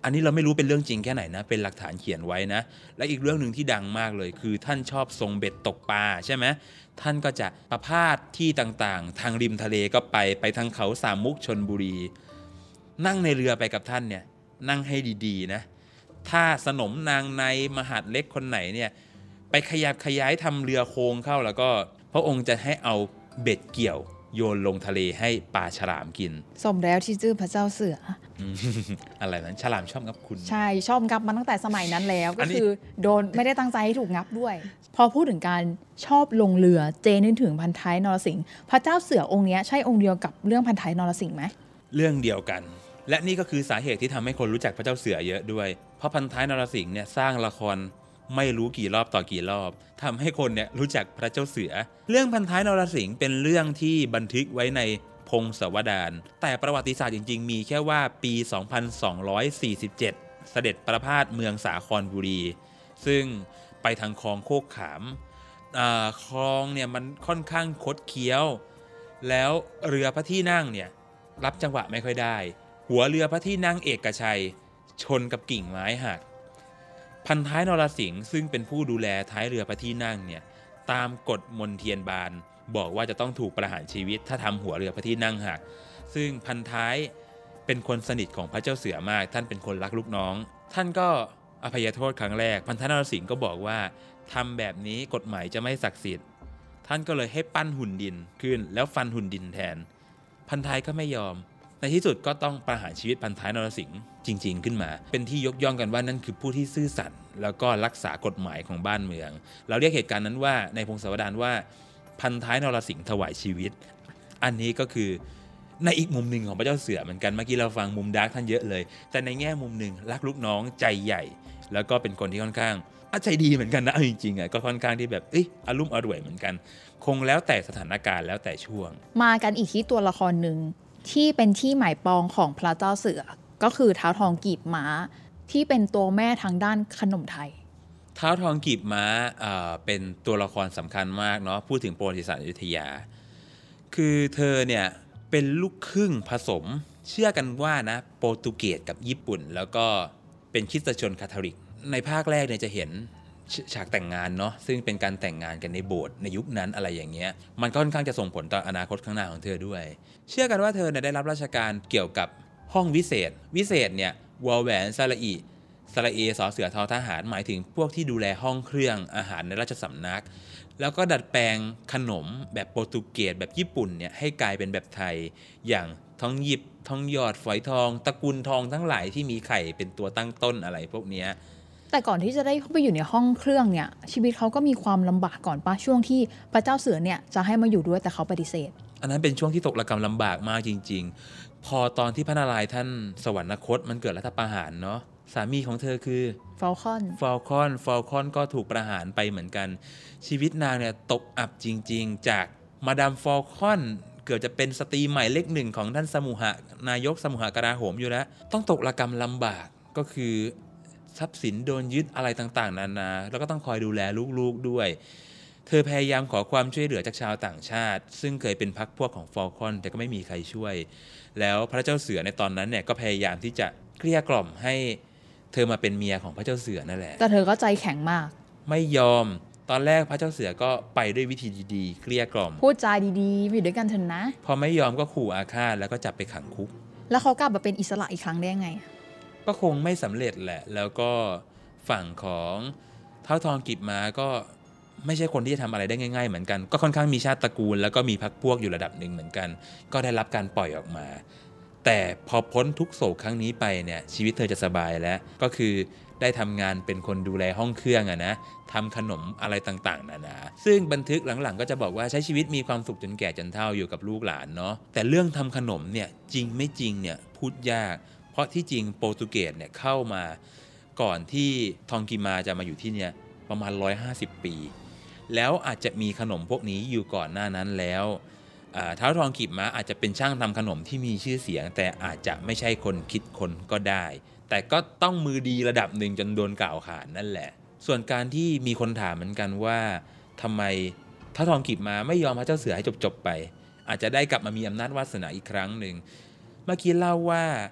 อันนี้เราไม่รู้เป็นเรื่องจริงแค่ไหนนะเป็นหลักฐานเขียนไว้นะและอีกเรื่องหนึ่งที่ดังมากเลยคือท่านชอบทรงเบ็ดตกปลาใช่ไหมท่านก็จะประพาสที่ต่างๆทางริมทะเลก็ไปไปทางเขาสามมุกชลบุรีนั่งในเรือไปกับท่านเนี่ยนั่งให้ดีๆนะถ้าสนมนางในมหาดเล็กคนไหนเนี่ยไปขยับขยายทำเรือโค้งเข้าแล้วก็พระองค์จะให้เอาเบ็ดเกี่ยวโยนลงทะเลให้ปลาฉลามกินสมแล้วที่ชื่อพระเจ้าเสืออะไรนั้นฉลามชอบงับคุณใช่ชอบงับมาตั้งแต่สมัยนั้นแล้วก็คือโดนไม่ได้ตั้งใจให้ถูกงับด้วยพอพูดถึงการชอบลงเรือเจนึกถึงพันท้ายนรสิงห์พระเจ้าเสือองค์นี้ใช่องค์เดียวกับเรื่องพันท้ายนรสิงห์ไหมเรื่องเดียวกันและนี่ก็คือสาเหตุที่ทำให้คนรู้จักพระเจ้าเสือเยอะด้วยเพราะพันท้ายนรสิงห์เนี่ยสร้างละครไม่รู้กี่รอบต่อกี่รอบทำให้คนเนี่ยรู้จักพระเจ้าเสือเรื่องพันท้ายนรสิงห์เป็นเรื่องที่บันทึกไว้ในพงศาวดารแต่ประวัติศาสตร์จริงๆมีแค่ว่าปีสองพันสองร้อยสี่สิบเจ็ดเสด็จประพาสเมืองสาครบุรีซึ่งไปทางคลองโคกขามคลองเนี่ยมันค่อนข้างคดเคี้ยวแล้วเรือพระที่นั่งเนี่ยรับจังหวะไม่ค่อยได้หัวเรือพระที่นั่งเอกชัยชนกับกิ่งไม้หักพันท้ายนรสิงห์ซึ่งเป็นผู้ดูแลท้ายเรือพระที่นั่งเนี่ยตามกฎมนเทียนบานบอกว่าจะต้องถูกประหารชีวิตถ้าทำหัวเรือพระที่นั่งหักซึ่งพันท้ายเป็นคนสนิทของพระเจ้าเสือมากท่านเป็นคนรักลูกน้องท่านก็อภัยโทษครั้งแรกพันท้ายนรสิงห์ก็บอกว่าทำแบบนี้กฎหมายจะไม่ศักดิ์สิทธิ์ท่านก็เลยให้ปั้นหุ่นดินขึ้นแล้วฟันหุ่นดินแทนพันท้ายก็ไม่ยอมในที่สุดก็ต้องประหารชีวิตพันท้ายนรสิงห์จริงๆขึ้นมาเป็นที่ยกย่องกันว่านั่นคือผู้ที่ซื่อสัตย์แล้วก็รักษากฎหมายของบ้านเมืองเราเรียกเหตุการณ์นั้นว่าในพงศาวดารว่าพันท้ายนรสิงห์ถวายชีวิตอันนี้ก็คือในอีกมุมหนึ่งของพระเจ้าเสือเหมือนกันเมื่อกี้เราฟังมุมดาร์กท่านเยอะเลยแต่ในแง่มุมหนึ่งรักลูกน้องใจใหญ่แล้วก็เป็นคนที่ค่อนข้างใจดีเหมือนกันนะจริงๆอ่ะก็ค่อนข้างที่แบบเอ้ยอารมณ์อร่วยเหมือนกันคงแล้วแต่สถานการณ์แล้วแต่ช่วงมากันอีกที่ตัวละครหนึ่งที่เป็นที่หมายปองของพระเจ้าเสือก็คือท้าวทองกีบม้าที่เป็นตัวแม่ทางด้านขนมไทยท้าวทองกีบม้าเป็นตัวละครสำคัญมากเนาะพูดถึงประวัติศาสตร์อยุธยาคือเธอเนี่ยเป็นลูกครึ่งผสมเชื่อกันว่านะโปรตุเกสกับญี่ปุ่นแล้วก็เป็นคริสตชนคาทอลิกในภาคแรกเนี่ยจะเห็นฉากแต่งงานเนาะซึ่งเป็นการแต่งงานกันในโบสถ์ในยุคนั้นอะไรอย่างเงี้ยมันค่อนข้างจะส่งผลต่ออนาคตข้างหน้าของเธอด้วยเชื่อกันว่าเธอเนี่ยได้รับราชการเกี่ยวกับห้องวิเศษวิเศษเนี่ยวอแหวนสระอีสระเอสอเสือทอทหารหมายถึงพวกที่ดูแลห้องเครื่องอาหารในราชสำนักแล้วก็ดัดแปลงขนมแบบโปรตุเกสแบบญี่ปุ่นเนี่ยให้กลายเป็นแบบไทยอย่างทองหยิบทองหยอดฝอยทองตระกูลทองทั้งหลายที่มีไข่เป็นตัวตั้งต้นอะไรพวกเนี้ยแต่ก่อนที่จะได้เข้าไปอยู่ในห้องเครื่องเนี่ยชีวิตเขาก็มีความลำบากก่อนป่ะช่วงที่พระเจ้าเสือเนี่ยจะให้มาอยู่ด้วยแต่เขาปฏิเสธอันนั้นเป็นช่วงที่ตกระกำลำบากมากจริงๆพอตอนที่พระนารายณ์ท่านสวรรคตมันเกิดรัฐประหารเนาะสามีของเธอคือฟอลคอนฟอลคอนฟอลคอนก็ถูกประหารไปเหมือนกันชีวิตนางเนี่ยตกอับจริงๆจากมาดามฟอลคอนเกือบจะเป็นสตรีใหม่เลขหนึ่งของท่านสมุหะนายกสมุหกราโหมอยู่แล้วต้องตกระกำลำบากก็คือทรัพย์สินโดนยึดอะไรต่างๆนานาแล้วก็ต้องคอยดูแลลูกๆด้วยเธอพยายามขอความช่วยเหลือจากชาวต่างชาติซึ่งเคยเป็นพรรคพวกของฟอลคอนแต่ก็ไม่มีใครช่วยแล้วพระเจ้าเสือในตอนนั้นเนี่ยก็พยายามที่จะเกลี้ยกล่อมให้เธอมาเป็นเมียของพระเจ้าเสือนั่นแหละแต่เธอก็ใจแข็งมากไม่ยอมตอนแรกพระเจ้าเสือก็ไปด้วยวิธีดีๆเกลี้ยกล่อมพูดจาดีๆอยู่ด้วยกันเถอะนะพอไม่ยอมก็ขู่อาฆาตแล้วก็จับไปขังคุกแล้วเขากลับมาเป็นอิสระอีกครั้งได้ไงก็คงไม่สำเร็จแหละแล้วก็ฝั่งของท้าวทองกีบม้าก็ไม่ใช่คนที่จะทำอะไรได้ง่ายๆเหมือนกันก็ค่อนข้างมีชาติตระกูลแล้วก็มีพรรคพวกอยู่ระดับหนึ่งเหมือนกันก็ได้รับการปล่อยออกมาแต่พอพ้นทุกโศกครั้งนี้ไปเนี่ยชีวิตเธอจะสบายแล้วก็คือได้ทำงานเป็นคนดูแลห้องเครื่องอะนะทำขนมอะไรต่างๆนานาซึ่งบันทึกหลังๆก็จะบอกว่าใช้ชีวิตมีความสุขจนแก่จนเฒ่าอยู่กับลูกหลานเนาะแต่เรื่องทำขนมเนี่ยจริงไม่จริงเนี่ยพูดยากเพราะที่จริงโปรตุเกสเนี่ยเข้ามาก่อนที่ทองกิมาจะมาอยู่ที่เนี่ยประมาณหนึ่งร้อยห้าสิบปีแล้วอาจจะมีขนมพวกนี้อยู่ก่อนหน้านั้นแล้วท้าวทองกีบม้าอาจจะเป็นช่างทำขนมที่มีชื่อเสียงแต่อาจจะไม่ใช่คนคิดคนก็ได้แต่ก็ต้องมือดีระดับหนึ่งจนโดนกล่าวขานนั่นแหละส่วนการที่มีคนถามเหมือนกันว่าทำไมท้าวทองกีบม้าไม่ยอมพระเจ้าเสือให้จบๆไปอาจจะได้กลับมามีอำนาจวาสนาอีกครั้งหนึ่งเมื่อกี้เล่าว่า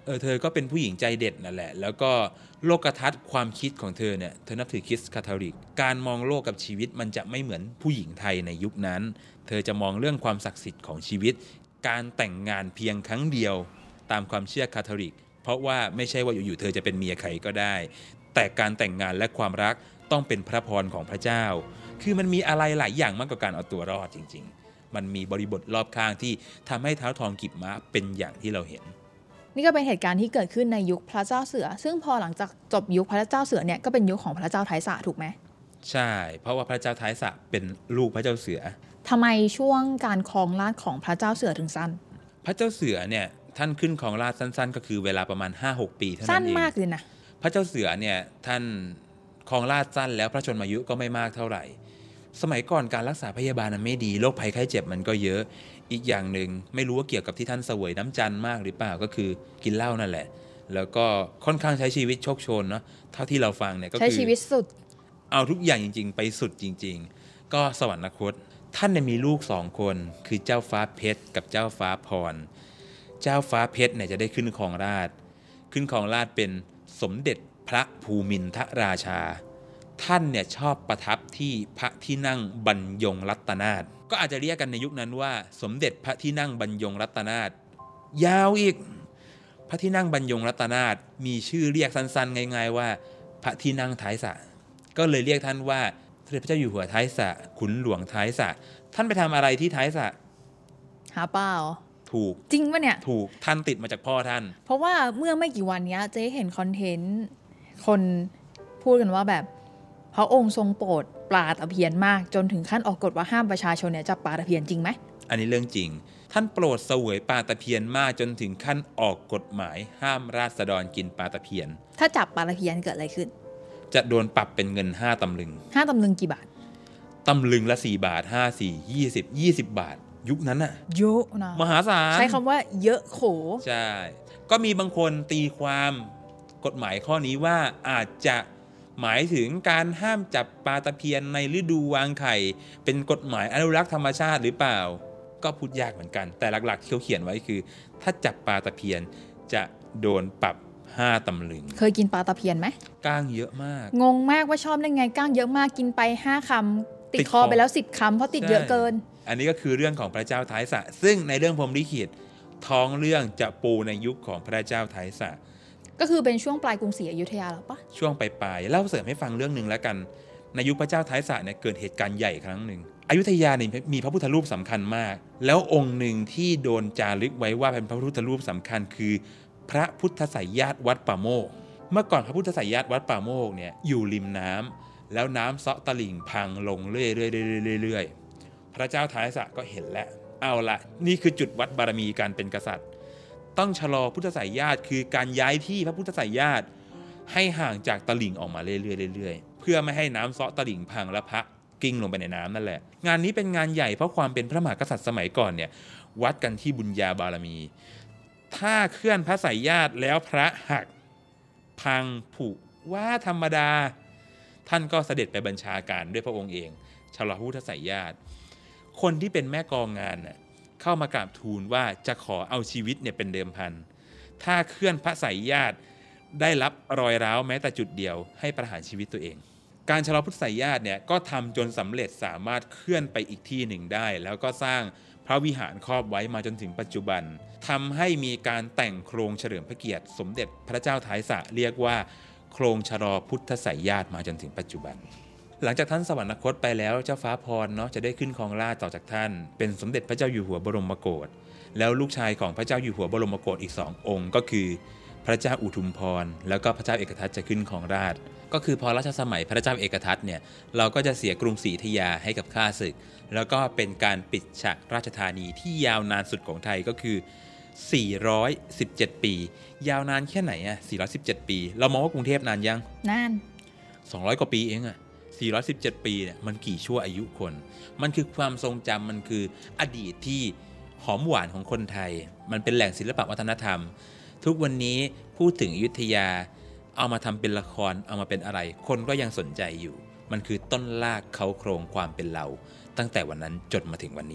เออเธอก็เป็นผู้หญิงใจเด็ดนั่นแหละแล้วก็โลกทัศน์ความคิดของเธอเนี่ยเธอนับถือคริสต์คาทอลิกการมองโลกกับชีวิตมันจะไม่เหมือนผู้หญิงไทยในยุคนั้นเธอจะมองเรื่องความศักดิ์สิทธิ์ของชีวิตการแต่งงานเพียงครั้งเดียวตามความเชื่อคาทอลิกเพราะว่าไม่ใช่ว่าอยู่ๆเธอจะเป็นเมียใครก็ได้แต่การแต่งงานและความรักต้องเป็นพระพรของพระเจ้าคือมันมีอะไรหลายอย่างมากกว่าการเอาตัวรอดจริงๆมันมีบริบทรอบข้างที่ทำให้ท้าวทองกิบม้าเป็นอย่างที่เราเห็นนี่ก็เป็นเหตุการณ์ที่เกิดขึ้นในยุคพระเจ้าเสือซึ่งพอหลังจากจบยุคพระเจ้าเสือเนี่ยก็เป็นยุคของพระเจ้าไทยสะถูกไหมใช่เพราะว่าพระเจ้าไทยสะเป็นลูกพระเจ้าเสือทำไมช่วงการครองราชย์ของพระเจ้าเสือถึงสั้นพระเจ้าเสือเนี่ยท่านขึ้นครองราชย์สั้นๆก็คือเวลาประมาณ ห้าหก ปีเท่านั้นเองสั้นมากเลยนะพระเจ้าเสือเนี่ยท่านครองราชย์สั้นแล้วพระชนมายุก็ไม่มากเท่าไหร่สมัยก่อนการรักษาพยาบาลมันไม่ดีโรคภัยไข้เจ็บมันก็เยอะอีกอย่างหนึ่งไม่รู้ว่าเกี่ยวกับที่ท่านเสวยน้ำจันทร์มากหรือเปล่าก็คือกินเหล้านั่นแหละแล้วก็ค่อนข้างใช้ชีวิตโชคโชนเนาะเท่าที่เราฟังเนี่ยก็คือใช้ชีวิตสุดเอาทุกอย่างจริงๆไปสุดจริงๆก็สวรรคตท่านเนี่ยมีลูกสองคนคือเจ้าฟ้าเพชรกับเจ้าฟ้าพรเจ้าฟ้าเพชรเนี่ยจะได้ขึ้นครองราชย์ขึ้นครองราชย์เป็นสมเด็จพระภูมินทราชาท่านเนี่ยชอบประทับที่พระที่นั่งบรรยงรัตนาถก็อาจจะเรียกกันในยุคนั้นว่าสมเด็จพระที่นั่งบรรยงรัตนาถยาวอีกพระที่นั่งบรรยงรัตนาถมีชื่อเรียกสั้นๆง่ายๆว่าพระที่นั่งท้ายสระก็เลยเรียกท่านว่าสมเด็จพระเจ้าอยู่หัวท้ายสระขุนหลวงท้ายสระท่านไปทำอะไรที่ท้ายสระหาเปล่าถูกจริงปะเนี่ยถูกท่านติดมาจากพ่อท่านเพราะว่าเมื่อไม่กี่วันนี้เจ๊เห็นคอนเทนต์คนพูดกันว่าแบบพระองค์ทรงโปรดปลาตะเพียนมากจนถึงขั้นออกกฎว่าห้ามประชาชนเนี่ยจับปลาตะเพียนจริงไหมอันนี้เรื่องจริงท่านโปรดเสวยปลาตะเพียนมากจนถึงขั้นออกกฎหมายห้ามราษฎรกินปลาตะเพียนถ้าจับปลาตะเพียนเกิดอะไรขึ้นจะโดนปรับเป็นเงินห้าตำลึงห้าตำลึงกี่บาทตำลึงละสี่บาทห้า สี่ ยี่สิบ ยี่สิบบาทยุคนั้นน่ะเยอะนะมหาศาลใช้คำว่าเยอะโขใช่ก็มีบางคนตีความกฎหมายข้อนี้ว่าอาจจะหมายถึงการห้ามจับปลาตะเพียนในฤดูวางไข่เป็นกฎหมายอนุรักษ์ธรรมชาติหรือเปล่าก็พูดยากเหมือนกันแต่หลักๆที่เขาเขียนไว้คือถ้าจับปลาตะเพียนจะโดนปรับห้าตำลึงเคยกินปลาตะเพียนไหมก้างเยอะมากงงมากว่าชอบได้ไงก้างเยอะมากกินไปห้าคำติดคอไปแล้วสิบคำเพราะติดเยอะเกินอันนี้ก็คือเรื่องของพระเจ้าท้ายสระซึ่งในเรื่องพรหมลิขิตท้องเรื่องจะปูในยุคของพระเจ้าท้ายสระก็คือเป็นช่วงปลายกรุงศรีอยุธยาหรอปะช่วงปลายๆเล่าเสริมให้ฟังเรื่องนึงแล้วกันในยุคพระเจ้าท้ายสระเนี่ยเกิดเหตุการณ์ใหญ่ครั้งหนึ่งอยุธยาเนี่ยมีพระพุทธรูปสำคัญมากแล้วองค์หนึ่งที่โดนจารึกไว้ว่าเป็นพระพุทธรูปสำคัญคือพระพุทธไสยญาติวัดป่าโมกเมื่อก่อนพระพุทธไสยญาติวัดป่าโมกเนี่ยอยู่ริมน้ำแล้วน้ำเซาะตลิ่งพังลงเรื่อยๆๆๆพระเจ้าท้ายสระก็เห็นแล้วเอาละนี่คือจุดวัดบารมีการเป็นกษัตริย์ต้องชะลอพุทธไสยญาติคือการย้ายที่พระพุทธไสยญาติให้ห่างจากตลิ่งออกมาเรื่อยๆเรื่อยๆเพื่อไม่ให้น้ำเซาะตลิ่งพังและพระกิ้งลงไปในน้ำนั่นแหละงานนี้เป็นงานใหญ่เพราะความเป็นพระมหากษัตริย์สมัยก่อนเนี่ยวัดกันที่บุญญาบารมีถ้าเคลื่อนพระไสยญาติแล้วพระหักพังผุว่าธรรมดาท่านก็เสด็จไปบัญชาการด้วยพระองค์เองชะลอพุทธไสยญาติคนที่เป็นแม่กองงานน่ะเข้ามากราบทูลว่าจะขอเอาชีวิตเนี่ยเป็นเดิมพันถ้าเคลื่อนพระไสยญาติได้รับรอยร้าวแม้แต่จุดเดียวให้ประหารชีวิตตัวเองการชะลอพุทธไสยญาติเนี่ยก็ทำจนสำเร็จสามารถเคลื่อนไปอีกที่หนึ่งได้แล้วก็สร้างพระวิหารครอบไว้มาจนถึงปัจจุบันทำให้มีการแต่งโครงเฉลิมพระเกียรติสมเด็จพระเจ้าท้ายสระเรียกว่าโครงชะลอพุทธไสยญาติมาจนถึงปัจจุบันหลังจากท่านสวรรคตไปแล้วเจ้าฟ้าพรเนาะจะได้ขึ้นครองราชย์ต่อจากท่านเป็นสมเด็จพระเจ้าอยู่หัวบรมโกศแล้วลูกชายของพระเจ้าอยู่หัวบรมโกศอีกสององค์ก็คือพระเจ้าอุทุมพรแล้วก็พระเจ้าเอกทัตจะขึ้นครองราชย์ก็คือพอรัชสมัยพระเจ้าเอกทัตเนี่ยเราก็จะเสียกรุงศรีอยุธยาให้กับข้าศึกแล้วก็เป็นการปิดฉากราชธานีที่ยาวนานสุดของไทยก็คือสี่ร้อยสิบเจ็ดปียาวนานแค่ไหนอ่ะสี่ร้อยสิบเจ็ดปีเรามองว่ากรุงเทพนานยังนานสองร้อยกว่าปีเองอ่ะสี่ร้อยสิบเจ็ดปีเนี่ยมันกี่ชั่วอายุคนมันคือความทรงจำมันคืออดีตที่หอมหวานของคนไทยมันเป็นแหล่งศิลปวัฒนธรรมทุกวันนี้พูดถึงอยุธยาเอามาทำเป็นละครเอามาเป็นอะไรคนก็ยังสนใจอยู่มันคือต้นรากเค้าโครงความเป็นเราตั้งแต่วันนั้นจนมาถึงวันนี้นี่แหละ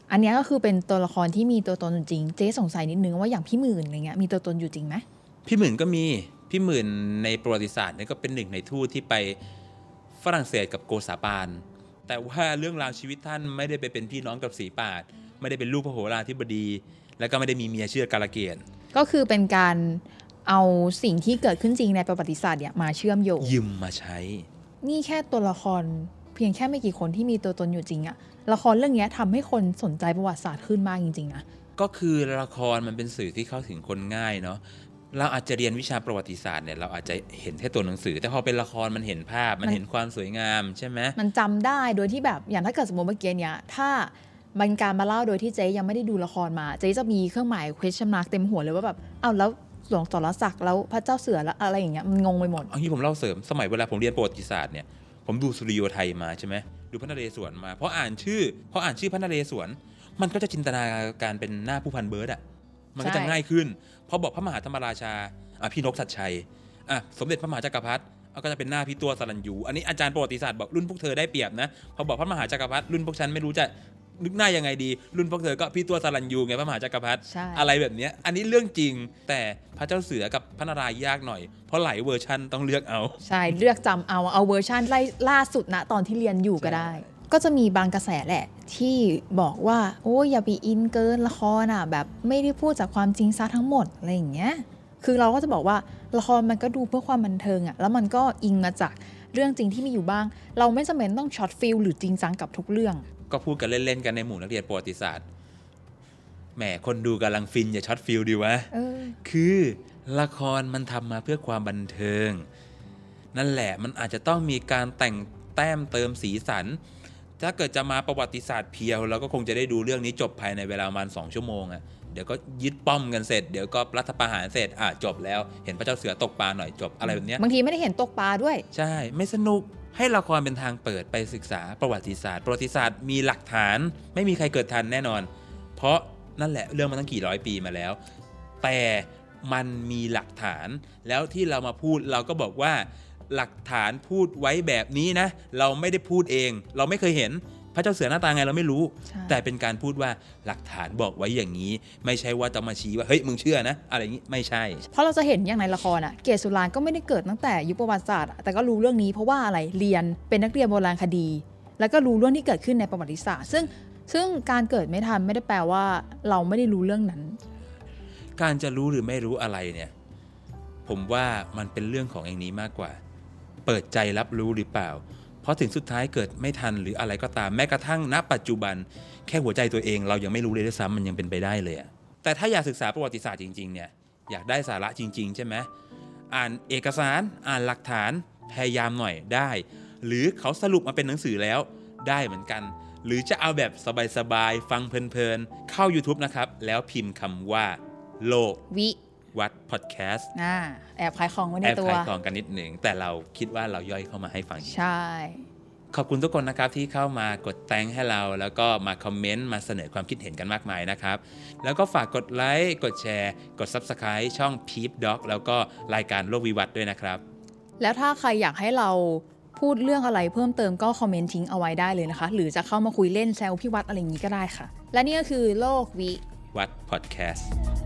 อันนี้ก็คือเป็นตัวละครที่มีตัวตนจริงเจ๊สงสัยนิดนึงว่าอย่างพี่หมื่นอะไรเงี้ยมีตัวตนอยู่จริงไหมพี่หมื่นก็มีพี่หมื่นในประวัติศาสตร์เนี่ยก็เป็นหนึ่งในทูตที่ไปฝรั่งเศสกับโกษาปานแต่ว่าเรื่องราวชีวิตท่านไม่ได้ไปเป็นพี่น้องกับศรีปาดไม่ได้เป็นลูกพระโหราธิบดีแล้วก็ไม่ได้มีเมียชื่อกาลเกตก็คือเป็นการเอาสิ่งที่เกิดขึ้นจริงในประวัติศาสตร์เนี่ยมาเชื่อมโยงยืมมาใช้นี่แค่ตัวละครเพียงแค่ไม่กี่คนที่มีตัวตนอยู่จริงอะละครเรื่องนี้ทำให้คนสนใจประวัติศาสตร์ขึ้นมากจริงๆนะก็คือละครมันเป็นสื่อที่เข้าถึงคนง่ายเนาะเราอาจจะเรียนวิชาประวัติศาสตร์เนี่ยเราอาจจะเห็นแค่ตัวหนังสือแต่พอเป็นละครมันเห็นภาพมันเห็นความสวยงามใช่ไหมมันจำได้โดยที่แบบอย่างถ้าเกิดสมมติเมื่อกี้เนี้ยถ้ามันการมาเล่าโดยที่เจ๊ยังไม่ได้ดูละครมาเจ๊จะมีเครื่องหมาย question mark เต็มหัวเลยว่าแบบอ้าวแล้วหลวงสรศักดิ์แล้วพระเจ้าเสือแล้วอะไรอย่างเงี้ยมันงงไปหมดเอางี้ผมเล่าเสริมสมัยเวลาผมเรียนประวัติศาสตร์เนี่ยผมดูสุริโยไทยมาใช่ไหมดูพระนเรศวรมาเพราะอ่านชื่อเพราะอ่านชื่อพระนเรศวรมันก็จะจินตนาการเป็นหน้าผู้พันเบิร์ดอ่ะมันก็จะง่ายขึ้นพอบอกพระมหาธรรมราชาอ่ะพี่นกชัดชัยอ่ะสมเด็จพระมหาจักรพรรดิก็จะเป็นหน้าพี่ตัวสรัญยูอันนี้อาจารย์ประวัติศาสตร์บอกรุ่นพวกเธอได้เปรียบนะพอบอกพระมหาจักรพรรดิรุ่นพวกฉันไม่รู้จะนึกหน้ายังไงดีรุ่นพวกเธอก็พี่ตัวสรัญยูไงพระมหาจักรพรรดิอะไรแบบนี้อันนี้เรื่องจริงแต่พระเจ้าเสือกับพระนารายณ์ยากหน่อยเพราะหลายเวอร์ชันต้องเลือกเอาใช่เลือกจำเอาเอาเวอร์ชันล่าสุดนะตอนที่เรียนอยู่ก็ได้ก็จะมีบางกระแสแหละที่บอกว่าโอ้ยอย่าไปอินเกินละครอ่ะแบบไม่ได้พูดจากความจริงซะทั้งหมดอะไรอย่างเงี้ยคือเราก็จะบอกว่าละครมันก็ดูเพื่อความบันเทิงอ่ะแล้วมันก็อิงมาจากเรื่องจริงที่มีอยู่บ้างเราไม่จำเป็นต้องช็อตฟิลหรือจริงจังกับทุกเรื่องก็พูดกันเล่นๆกันในหมู่นักเรียนประวัติศาสตร์แหมคนดูกำลังฟินอย่าช็อตฟิลดีวะคือละครมันทำมาเพื่อความบันเทิงนั่นแหละมันอาจจะต้องมีการแต่งแต้มเติมสีสันถ้าเกิดจะมาประวัติศาสตร์เพียวเราก็คงจะได้ดูเรื่องนี้จบภายในเวลาประมาณสองชั่วโมงอะเดี๋ยวก็ยึดป้อมกันเสร็จเดี๋ยวก็รัฐประหารเสร็จอ่ะจบแล้วเห็นพระเจ้าเสือตกปลาหน่อยจบอะไรแบบนี้บางทีไม่ได้เห็นตกปลาด้วยใช่ไม่สนุกให้ละครเป็นทางเปิดไปศึกษาประวัติศาสตร์ประวัติศาสตร์มีหลักฐานไม่มีใครเกิดทันแน่นอนเพราะนั่นแหละเรื่องมันตั้งกี่ร้อยปีมาแล้วแต่มันมีหลักฐานแล้วที่เรามาพูดเราก็บอกว่าหลักฐานพูดไว้แบบนี้นะเราไม่ได้พูดเองเราไม่เคยเห็นพระเจ้าเสือหน้าตาไงเราไม่รู้แต่เป็นการพูดว่าหลักฐานบอกไว้อย่างนี้ไม่ใช่ว่าจะมาชี้ว่าเฮ้ยมึงเชื่อนะอะไรอย่างนี้ไม่ใช่เพราะเราจะเห็นอย่างในละครอ่ะเกศสุรางค์ก็ไม่ได้เกิดตั้งแต่ยุคประวัติศาสตร์แต่ก็รู้เรื่องนี้เพราะว่าอะไรเรียนเป็นนักเรียนโบราณคดีแล้วก็รู้เรื่องที่เกิดขึ้นในประวัติศาสตร์ซึ่งซึ่งการเกิดไม่ทันไม่ได้แปลว่าเราไม่ได้รู้เรื่องนั้นการจะรู้หรือไม่รู้อะไรเนี่ยผมว่ามันเป็นเรื่องของอย่างนี้มากกว่าเปิดใจรับรู้หรือเปล่าเพราะถึงสุดท้ายเกิดไม่ทันหรืออะไรก็ตามแม้กระทั่งณปัจจุบันแค่หัวใจตัวเองเรายังไม่รู้เลยด้วยซ้ำมันยังเป็นไปได้เลยแต่ถ้าอยากศึกษาประวัติศาสตร์จริงๆเนี่ยอยากได้สาระจริงๆใช่ไหมอ่านเอกสารอ่านหลักฐานพยายามหน่อยได้หรือเขาสรุปมาเป็นหนังสือแล้วได้เหมือนกันหรือจะเอาแบบสบายๆฟังเพลินๆเข้า YouTube นะครับแล้วพิมพ์คำว่าโลกวิวัดพอดแคสต์อ่าแอบขายของไว้ในตัวแอบขายของกันนิดหนึ่งแต่เราคิดว่าเราย่อยเข้ามาให้ฟังใช่ขอบคุณทุกคนนะครับที่เข้ามากดแตงให้เราแล้วก็มาคอมเมนต์มาเสนอความคิดเห็นกันมากมายนะครับแล้วก็ฝากกดไลค์กดแชร์กด Subscribe ช่อง Peep Doc แล้วก็รายการโลกวิวัฒน์ด้วยนะครับแล้วถ้าใครอยากให้เราพูดเรื่องอะไรเพิ่มเติมก็คอมเมนต์ทิ้งเอาไว้ได้เลยนะคะหรือจะเข้ามาคุยเล่นแซวพี่วัดอะไรอย่างนี้ก็ได้ค่ะและนี่ก็คือโลกวิวัฒน์พอดแคสต์